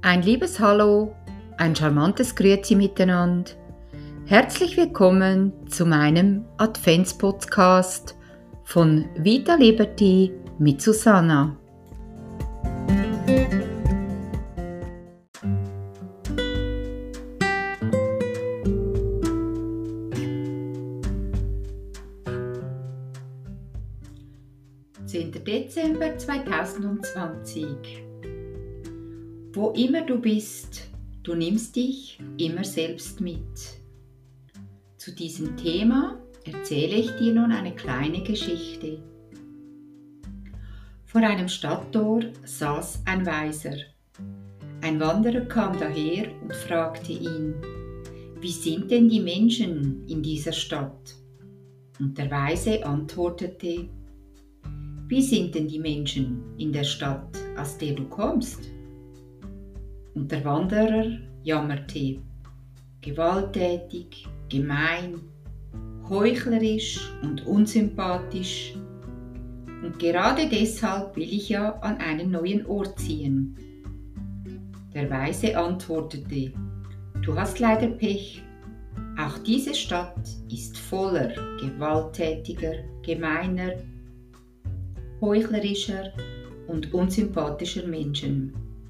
Ein liebes Hallo, ein charmantes Grüezi miteinander. Herzlich willkommen zu meinem Adventspodcast von Vita Liberty mit Susanna. Dezember 2020. Wo immer du bist, du nimmst dich immer selbst mit. Zu diesem Thema erzähle ich dir nun eine kleine Geschichte. Vor einem Stadttor saß ein Weiser. Ein Wanderer kam daher und fragte ihn: Wie sind denn die Menschen in dieser Stadt? Und der Weise antwortete: Wie sind denn die Menschen in der Stadt, aus der du kommst? Und der Wanderer jammerte: Gewalttätig, gemein, heuchlerisch und unsympathisch. Und gerade deshalb will ich ja an einen neuen Ort ziehen. Der Weise antwortete: Du hast leider Pech. Auch diese Stadt ist voller gewalttätiger, gemeiner, heuchlerischer und unsympathischer Menschen.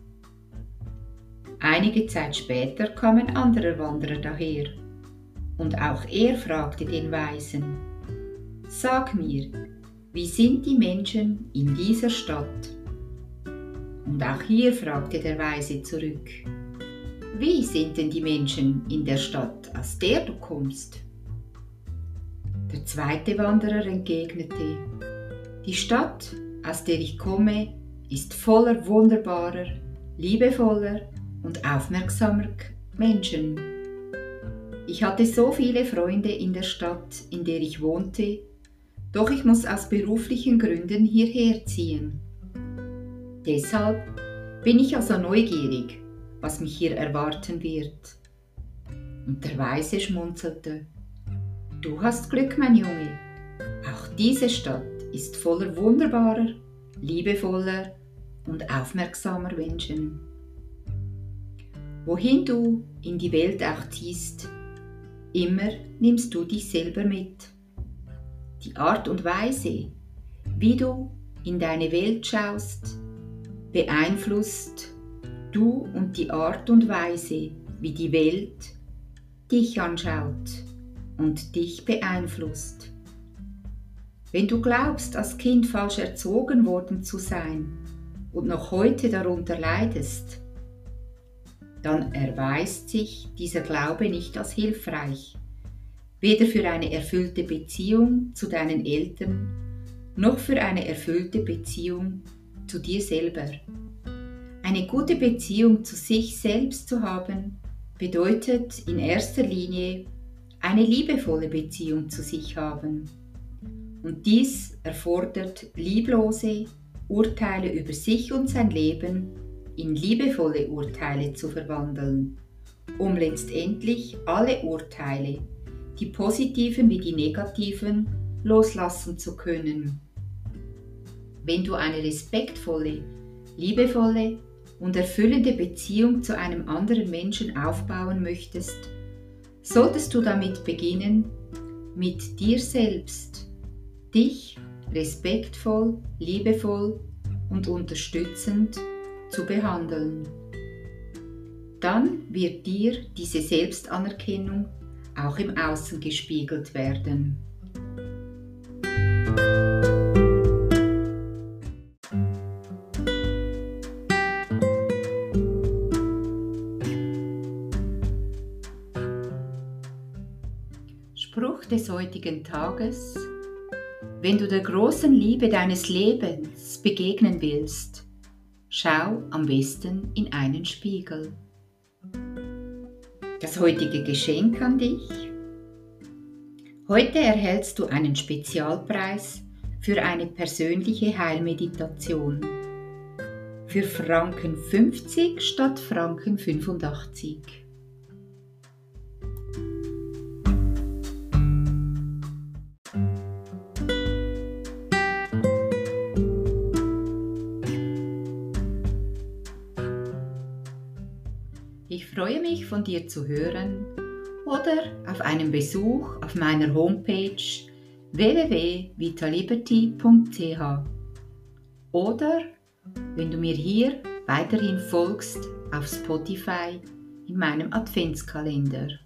Einige Zeit später kam ein anderer Wanderer daher, und auch er fragte den Weisen: Sag mir, wie sind die Menschen in dieser Stadt? Und auch hier fragte der Weise zurück: Wie sind denn die Menschen in der Stadt, aus der du kommst? Der zweite Wanderer entgegnete: Die Stadt, aus der ich komme, ist voller wunderbarer, liebevoller und aufmerksamer Menschen. Ich hatte so viele Freunde in der Stadt, in der ich wohnte, doch ich muss aus beruflichen Gründen hierher ziehen. Deshalb bin ich also neugierig, was mich hier erwarten wird. Und der Weise schmunzelte: Du hast Glück, mein Junge. Auch diese Stadt ist voller wunderbarer, liebevoller und aufmerksamer Menschen. Wohin du in die Welt auch ziehst, immer nimmst du dich selber mit. Die Art und Weise, wie du in deine Welt schaust, beeinflusst du und die Art und Weise, wie die Welt dich anschaut und dich beeinflusst. Wenn du glaubst, als Kind falsch erzogen worden zu sein und noch heute darunter leidest, dann erweist sich dieser Glaube nicht als hilfreich, weder für eine erfüllte Beziehung zu deinen Eltern, noch für eine erfüllte Beziehung zu dir selber. Eine gute Beziehung zu sich selbst zu haben, bedeutet in erster Linie eine liebevolle Beziehung zu sich haben. Und dies erfordert lieblose Urteile über sich und sein Leben in liebevolle Urteile zu verwandeln, um letztendlich alle Urteile, die positiven wie die negativen, loslassen zu können. Wenn du eine respektvolle, liebevolle und erfüllende Beziehung zu einem anderen Menschen aufbauen möchtest, solltest du damit beginnen, mit dir selbst dich respektvoll, liebevoll und unterstützend zu behandeln. Dann wird dir diese Selbstanerkennung auch im Außen gespiegelt werden. Spruch des heutigen Tages: Wenn du der großen Liebe deines Lebens begegnen willst, schau am besten in einen Spiegel. Das heutige Geschenk an dich: Heute erhältst du einen Spezialpreis für eine persönliche Heilmeditation für Franken 50 statt Franken 85. Ich freue mich, von dir zu hören oder auf einen Besuch auf meiner Homepage www.vitaliberty.ch oder wenn du mir hier weiterhin folgst auf Spotify in meinem Adventskalender.